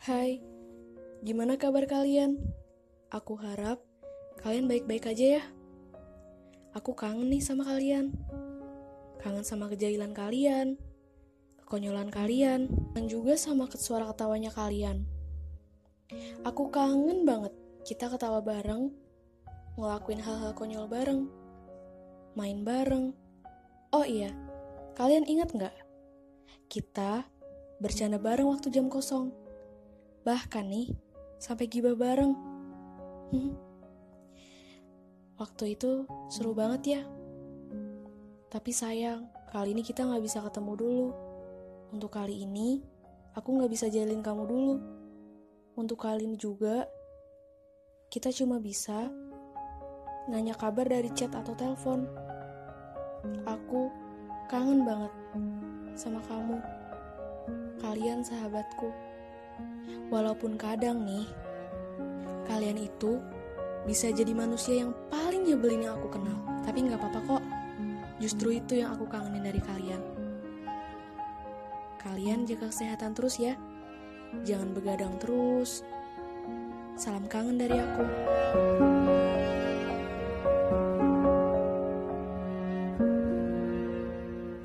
Hai, gimana kabar kalian? Aku harap kalian baik-baik aja ya. Aku kangen nih sama kalian. Kangen sama kejailan kalian, kekonyolan kalian, dan juga sama suara ketawanya kalian. Aku kangen banget kita ketawa bareng, ngelakuin hal-hal konyol bareng, main bareng. Oh iya, kalian ingat gak? Kita bercanda bareng waktu jam kosong. Bahkan nih, sampai gibah bareng. Waktu itu seru banget ya. Tapi sayang, kali ini kita gak bisa ketemu dulu. Untuk kali ini, aku gak bisa jalin kamu dulu. Untuk kali ini juga, kita cuma bisa nanya kabar dari chat atau telepon. Aku kangen banget sama kamu. Kalian sahabatku. Walaupun kadang nih, kalian itu bisa jadi manusia yang paling nyebelin yang aku kenal. Tapi gak apa-apa kok. Justru itu yang aku kangenin dari kalian. Kalian jaga kesehatan terus ya. Jangan begadang terus. Salam kangen dari aku.